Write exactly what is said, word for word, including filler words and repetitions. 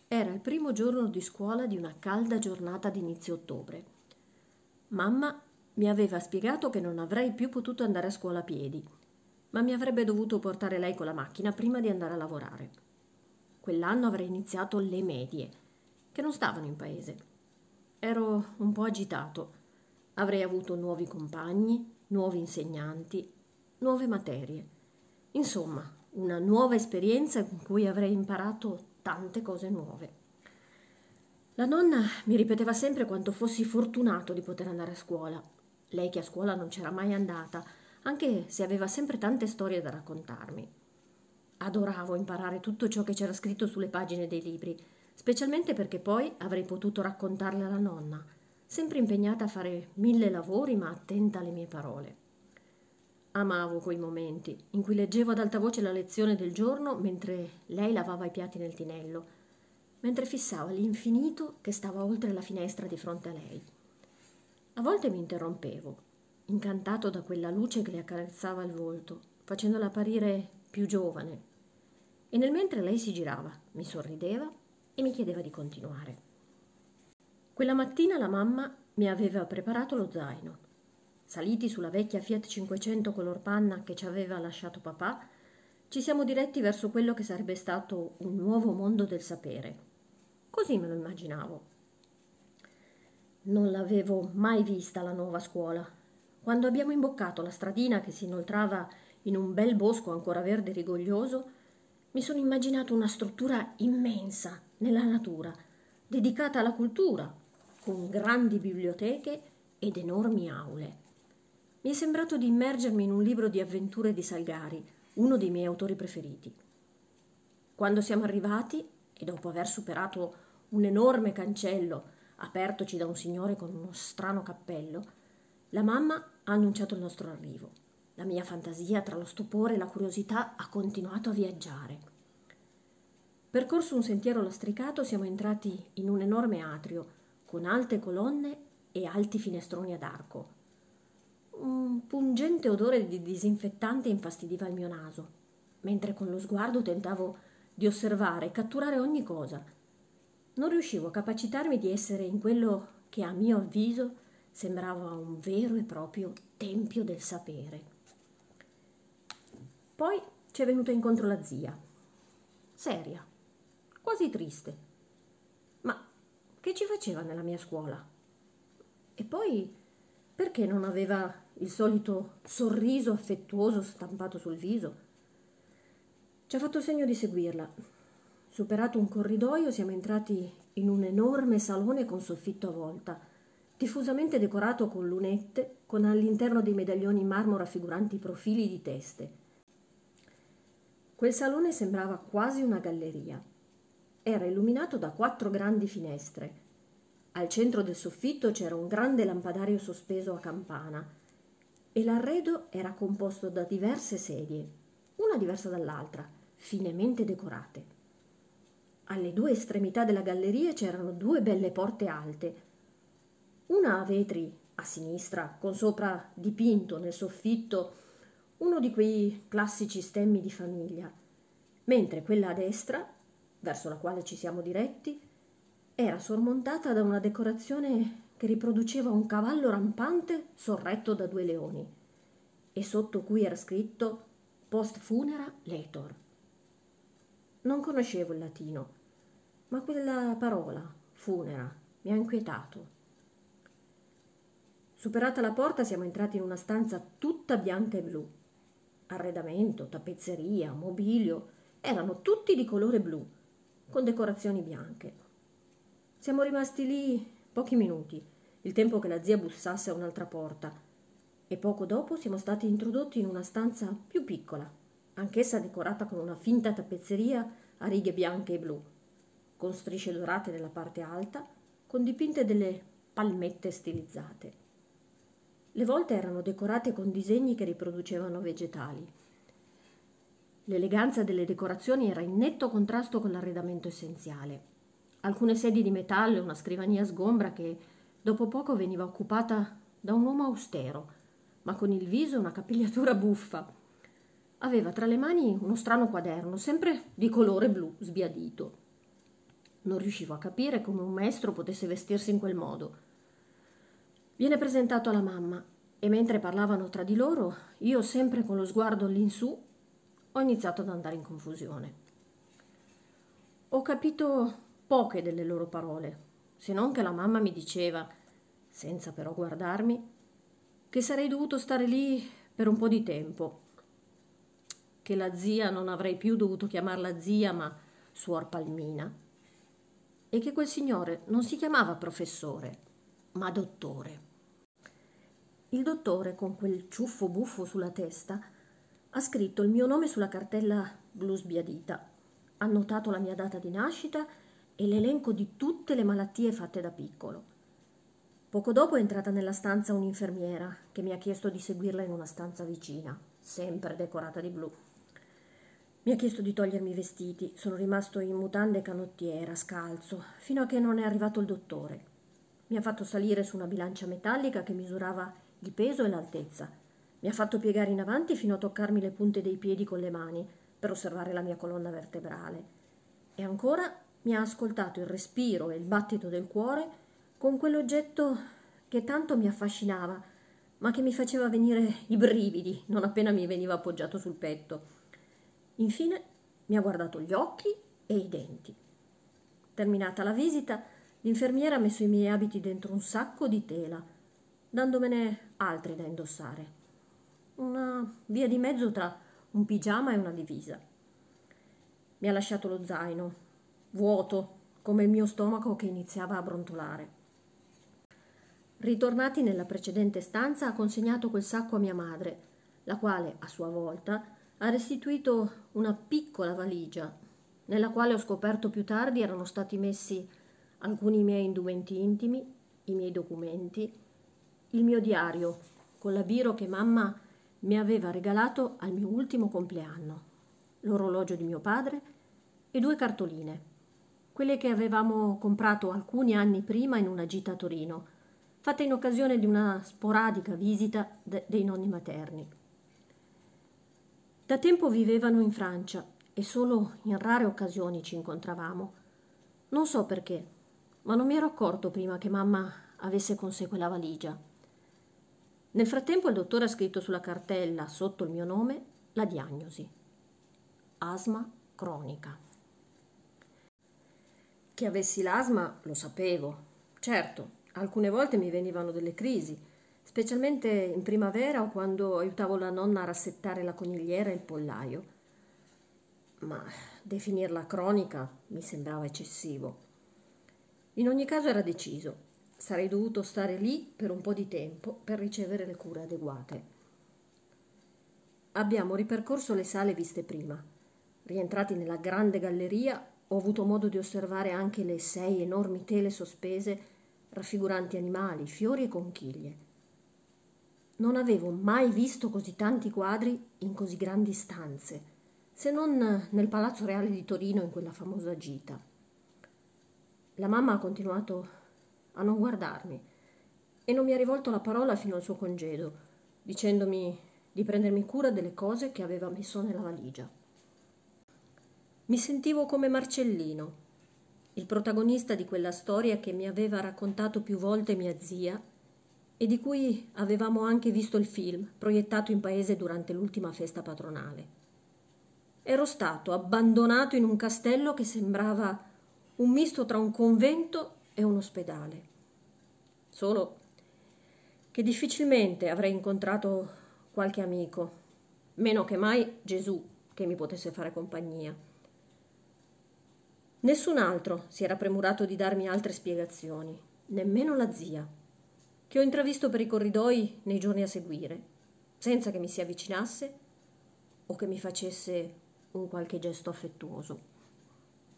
Era il primo giorno di scuola di una calda giornata di inizio ottobre. Mamma mi aveva spiegato che non avrei più potuto andare a scuola a piedi, ma mi avrebbe dovuto portare lei con la macchina prima di andare a lavorare. Quell'anno avrei iniziato le medie, che non stavano in paese. Ero un po' agitato. Avrei avuto nuovi compagni, nuovi insegnanti, nuove materie. Insomma, una nuova esperienza in cui avrei imparato tante cose nuove. La nonna mi ripeteva sempre quanto fossi fortunato di poter andare a scuola. Lei che a scuola non c'era mai andata, anche se aveva sempre tante storie da raccontarmi. Adoravo imparare tutto ciò che c'era scritto sulle pagine dei libri, specialmente perché poi avrei potuto raccontarle alla nonna, sempre impegnata a fare mille lavori ma attenta alle mie parole. Amavo quei momenti in cui leggevo ad alta voce la lezione del giorno mentre lei lavava i piatti nel tinello, mentre fissava l'infinito che stava oltre la finestra di fronte a lei. A volte mi interrompevo, incantato da quella luce che le accarezzava il volto, facendola apparire più giovane, e nel mentre lei si girava, mi sorrideva e mi chiedeva di continuare. Quella mattina la mamma mi aveva preparato lo zaino. Saliti sulla vecchia Fiat cinquecento color panna che ci aveva lasciato papà, ci siamo diretti verso quello che sarebbe stato un nuovo mondo del sapere. Così me lo immaginavo. Non l'avevo mai vista la nuova scuola. Quando abbiamo imboccato la stradina che si inoltrava in un bel bosco ancora verde e rigoglioso, mi sono immaginato una struttura immensa nella natura, dedicata alla cultura, con grandi biblioteche ed enormi aule. Mi è sembrato di immergermi in un libro di avventure di Salgari, uno dei miei autori preferiti. Quando siamo arrivati, e dopo aver superato un enorme cancello apertoci da un signore con uno strano cappello, la mamma ha annunciato il nostro arrivo. La mia fantasia, tra lo stupore e la curiosità, ha continuato a viaggiare. Percorso un sentiero lastricato, siamo entrati in un enorme atrio, con alte colonne e alti finestroni ad arco. Un pungente odore di disinfettante infastidiva il mio naso, mentre con lo sguardo tentavo di osservare e catturare ogni cosa. Non riuscivo a capacitarmi di essere in quello che a mio avviso sembrava un vero e proprio tempio del sapere. Poi ci è venuta incontro la zia, seria, quasi triste. Ma che ci faceva nella mia scuola? E poi perché non aveva il solito sorriso affettuoso stampato sul viso? Ci ha fatto segno di seguirla. Superato un corridoio, siamo entrati in un enorme salone con soffitto a volta, diffusamente decorato con lunette, con all'interno dei medaglioni in marmo raffiguranti profili di teste. Quel salone sembrava quasi una galleria. Era illuminato da quattro grandi finestre. Al centro del soffitto c'era un grande lampadario sospeso a campana e l'arredo era composto da diverse sedie, una diversa dall'altra, finemente decorate. Alle due estremità della galleria c'erano due belle porte alte, una a vetri a sinistra, con sopra dipinto nel soffitto uno di quei classici stemmi di famiglia, mentre quella a destra, verso la quale ci siamo diretti, era sormontata da una decorazione che riproduceva un cavallo rampante sorretto da due leoni e sotto cui era scritto Post funera laetor. Non conoscevo il latino, ma quella parola, funera, mi ha inquietato. Superata la porta siamo entrati in una stanza tutta bianca e blu. Arredamento, tappezzeria, mobilio erano tutti di colore blu, con decorazioni bianche. Siamo rimasti lì pochi minuti, il tempo che la zia bussasse a un'altra porta, e poco dopo siamo stati introdotti in una stanza più piccola, anch'essa decorata con una finta tappezzeria a righe bianche e blu, con strisce dorate nella parte alta, con dipinte delle palmette stilizzate. Le volte erano decorate con disegni che riproducevano vegetali. L'eleganza delle decorazioni era in netto contrasto con l'arredamento essenziale. Alcune sedie di metallo e una scrivania sgombra che dopo poco veniva occupata da un uomo austero, ma con il viso e una capigliatura buffa. Aveva tra le mani uno strano quaderno, sempre di colore blu sbiadito. Non riuscivo a capire come un maestro potesse vestirsi in quel modo. Viene presentato alla mamma e mentre parlavano tra di loro, io sempre con lo sguardo all'insù, ho iniziato ad andare in confusione. Ho capito poche delle loro parole, se non che la mamma mi diceva, senza però guardarmi, che sarei dovuto stare lì per un po' di tempo, che la zia non avrei più dovuto chiamarla zia ma suor Palmina, e che quel signore non si chiamava professore, ma dottore. Il dottore, con quel ciuffo buffo sulla testa, ha scritto il mio nome sulla cartella blu sbiadita, ha annotato la mia data di nascita e l'elenco di tutte le malattie fatte da piccolo. Poco dopo è entrata nella stanza un'infermiera che mi ha chiesto di seguirla in una stanza vicina, sempre decorata di blu. Mi ha chiesto di togliermi i vestiti, sono rimasto in mutande e canottiera, scalzo, fino a che non è arrivato il dottore. Mi ha fatto salire su una bilancia metallica che misurava il peso e l'altezza. Mi ha fatto piegare in avanti fino a toccarmi le punte dei piedi con le mani per osservare la mia colonna vertebrale. E ancora mi ha ascoltato il respiro e il battito del cuore con quell'oggetto che tanto mi affascinava, ma che mi faceva venire i brividi non appena mi veniva appoggiato sul petto. Infine mi ha guardato gli occhi e i denti. Terminata la visita, l'infermiera ha messo i miei abiti dentro un sacco di tela, dandomene altri da indossare. Una via di mezzo tra un pigiama e una divisa. Mi ha lasciato lo zaino, vuoto, come il mio stomaco che iniziava a brontolare. Ritornati nella precedente stanza, ha consegnato quel sacco a mia madre, la quale, a sua volta, ha restituito una piccola valigia, nella quale ho scoperto più tardi erano stati messi alcuni miei indumenti intimi, i miei documenti, il mio diario, con la biro che mamma mi aveva regalato al mio ultimo compleanno, l'orologio di mio padre e due cartoline, quelle che avevamo comprato alcuni anni prima in una gita a Torino, fatta in occasione di una sporadica visita de- dei nonni materni. Da tempo vivevano in Francia e solo in rare occasioni ci incontravamo. Non so perché, ma non mi ero accorto prima che mamma avesse con sé quella valigia. Nel frattempo il dottore ha scritto sulla cartella, sotto il mio nome, la diagnosi. Asma cronica. Che avessi l'asma lo sapevo. Certo, alcune volte mi venivano delle crisi, specialmente in primavera o quando aiutavo la nonna a rassettare la conigliera e il pollaio. Ma definirla cronica mi sembrava eccessivo. In ogni caso era deciso. Sarei dovuto stare lì per un po' di tempo per ricevere le cure adeguate. Abbiamo ripercorso le sale viste prima. Rientrati nella grande galleria, ho avuto modo di osservare anche le sei enormi tele sospese raffiguranti animali, fiori e conchiglie. Non avevo mai visto così tanti quadri in così grandi stanze, se non nel Palazzo Reale di Torino in quella famosa gita. La mamma ha continuato a non guardarmi e non mi ha rivolto la parola fino al suo congedo, dicendomi di prendermi cura delle cose che aveva messo nella valigia. Mi sentivo come Marcellino, il protagonista di quella storia che mi aveva raccontato più volte mia zia e di cui avevamo anche visto il film proiettato in paese durante l'ultima festa patronale. Ero stato abbandonato in un castello che sembrava un misto tra un convento e un ospedale. Solo che difficilmente avrei incontrato qualche amico, meno che mai Gesù che mi potesse fare compagnia. Nessun altro si era premurato di darmi altre spiegazioni, nemmeno la zia, che ho intravisto per i corridoi nei giorni a seguire, senza che mi si avvicinasse o che mi facesse un qualche gesto affettuoso.